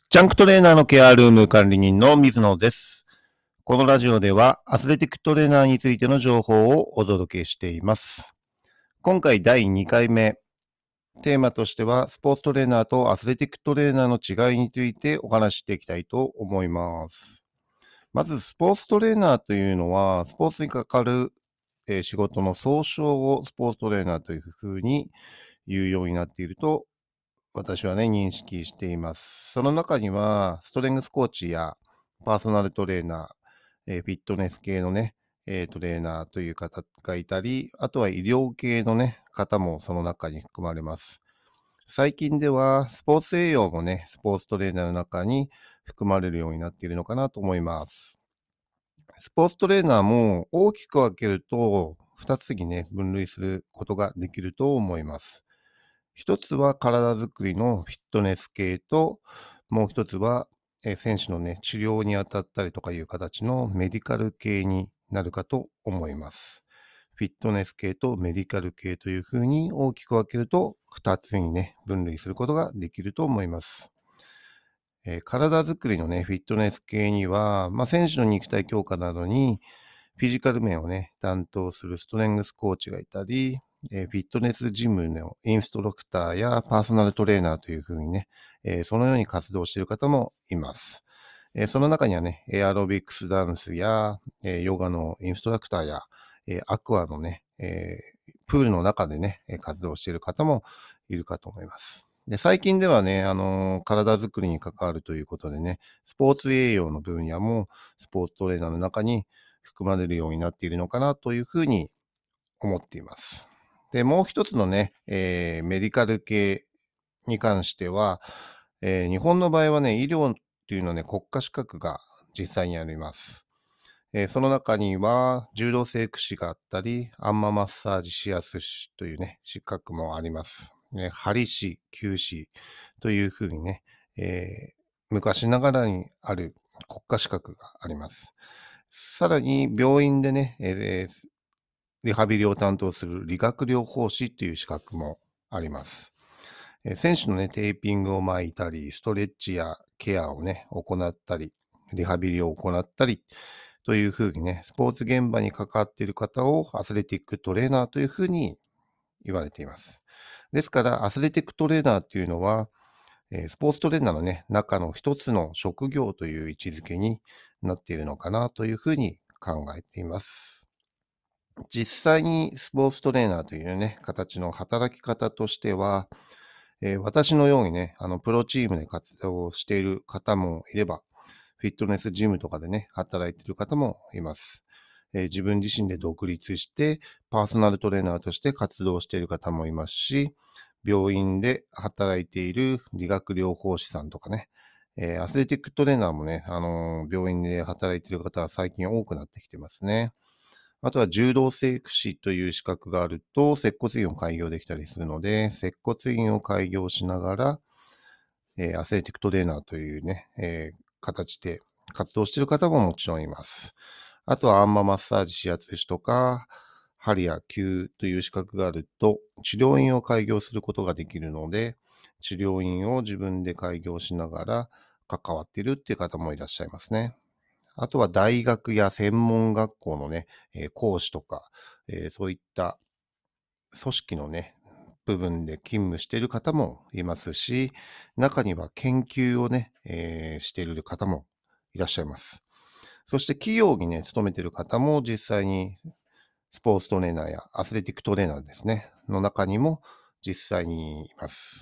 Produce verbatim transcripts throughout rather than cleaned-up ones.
ジャンクトレーナーのケアルーム管理人の水野です。このラジオではアスレティックトレーナーについての情報をお届けしています。今回だいにかいめ、テーマとしてはスポーツトレーナーとアスレティックトレーナーの違いについてお話ししていきたいと思います。まずスポーツトレーナーというのはスポーツに関わる、えー仕事の総称をスポーツトレーナーというふうに言うようになっていると私はね、認識しています。その中には、ストレングスコーチやパーソナルトレーナー、えーフィットネス系のね、えートレーナーという方がいたり、あとは医療系のね、方もその中に含まれます。最近では、スポーツ栄養もね、スポーツトレーナーの中に含まれるようになっているのかなと思います。スポーツトレーナーも大きく分けると、ふたつにね、分類することができると思います。一つは体づくりのフィットネス系と、もう一つは、えー選手のね、治療に当たったりとかいう形のメディカル系になるかと思います。フィットネス系とメディカル系というふうに大きく分けると、二つにね、分類することができると思います。えー体づくりのね、フィットネス系には、まあ、選手の肉体強化などに、フィジカル面をね、担当するストレングスコーチがいたり、えーフィットネスジムのインストラクターやパーソナルトレーナーというふうにね、えーそのように活動している方もいます。えーその中にはね、エアロビクスダンスや、えーヨガのインストラクターや、えーアクアのね、えープールの中でね、えー活動している方もいるかと思います。で、最近ではね、あのー体づくりに関わるということでね、スポーツ栄養の分野もスポーツトレーナーの中に含まれるようになっているのかなというふうに思っています。で、もう一つのね、えーメディカル系に関しては、えー日本の場合はね、医療っていうのはね、国家資格が実際にあります。えーその中には、柔道整復師があったり、アンママッサージ指圧師というね、資格もあります。ね、針師、灸師というふうにね、えー昔ながらにある国家資格があります。さらに、病院でね、えーリハビリを担当する理学療法士という資格もあります。えー選手のね、テーピングを巻いたり、ストレッチやケアをね、行ったり、リハビリを行ったり、というふうにね、スポーツ現場に関わっている方をアスレティックトレーナーというふうに言われています。ですから、アスレティックトレーナーというのは、えースポーツトレーナーのね、中の一つの職業という位置づけになっているのかなというふうに考えています。実際にスポーツトレーナーというね、形の働き方としては、えー私のようにね、あの、プロチームで活動している方もいれば、フィットネスジムとかでね、働いている方もいます。えー自分自身で独立して、パーソナルトレーナーとして活動している方もいますし、病院で働いている理学療法士さんとかね、えーアスレティックトレーナーもね、あのー病院で働いている方は最近多くなってきてますね。あとは柔道整復師という資格があると、接骨院を開業できたりするので、接骨院を開業しながら、えーアスレティックトレーナーというね、えー形で活動している方ももちろんいます。あとはアンママッサージ指圧師とか、針や灸という資格があると、治療院を開業することができるので、治療院を自分で開業しながら関わっているっていう方もいらっしゃいますね。あとは大学や専門学校のね、えー講師とか、えーそういった組織のね、部分で勤務している方もいますし、中には研究をね、えーしている方もいらっしゃいます。そして企業にね、勤めている方も実際にスポーツトレーナーやアスレティックトレーナーですね、の中にも実際にいます。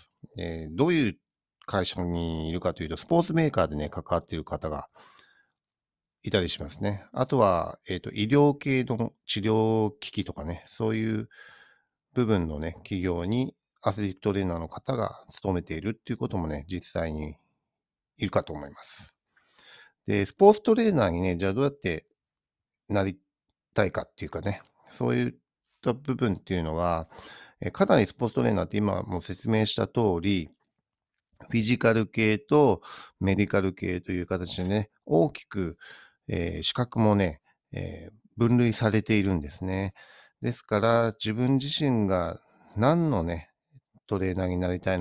えーどういう会社にいるかというと、スポーツメーカーでね、関わっている方がいたりしますね。あとは、えっと、医療系の治療機器とかね、そういう部分のね、企業にアスリートトレーナーの方が勤めているっていうこともね、実際にいるかと思います。で、スポーツトレーナーにね、じゃあどうやってなりたいかっていうかね、そういった部分っていうのは、えかなりスポーツトレーナーって今も説明した通り、フィジカル系とメディカル系という形でね、大きく、えー資格もね、えー分類されているんですね。ですから、自分自身が何のね、トレーナーになりたいのか、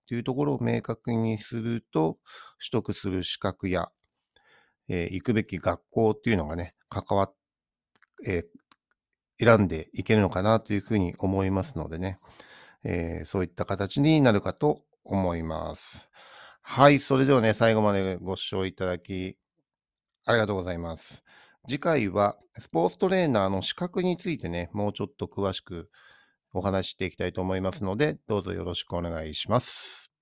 っていうところを明確にすると、取得する資格や、えー行くべき学校っていうのがね、関わっ、えー選んでいけるのかなというふうに思いますのでね、えーそういった形になるかと思います。はい、それではね、最後までご視聴いただきありがとうございます。次回はスポーツトレーナーの資格についてね、もうちょっと詳しくお話ししていきたいと思いますので、どうぞよろしくお願いします。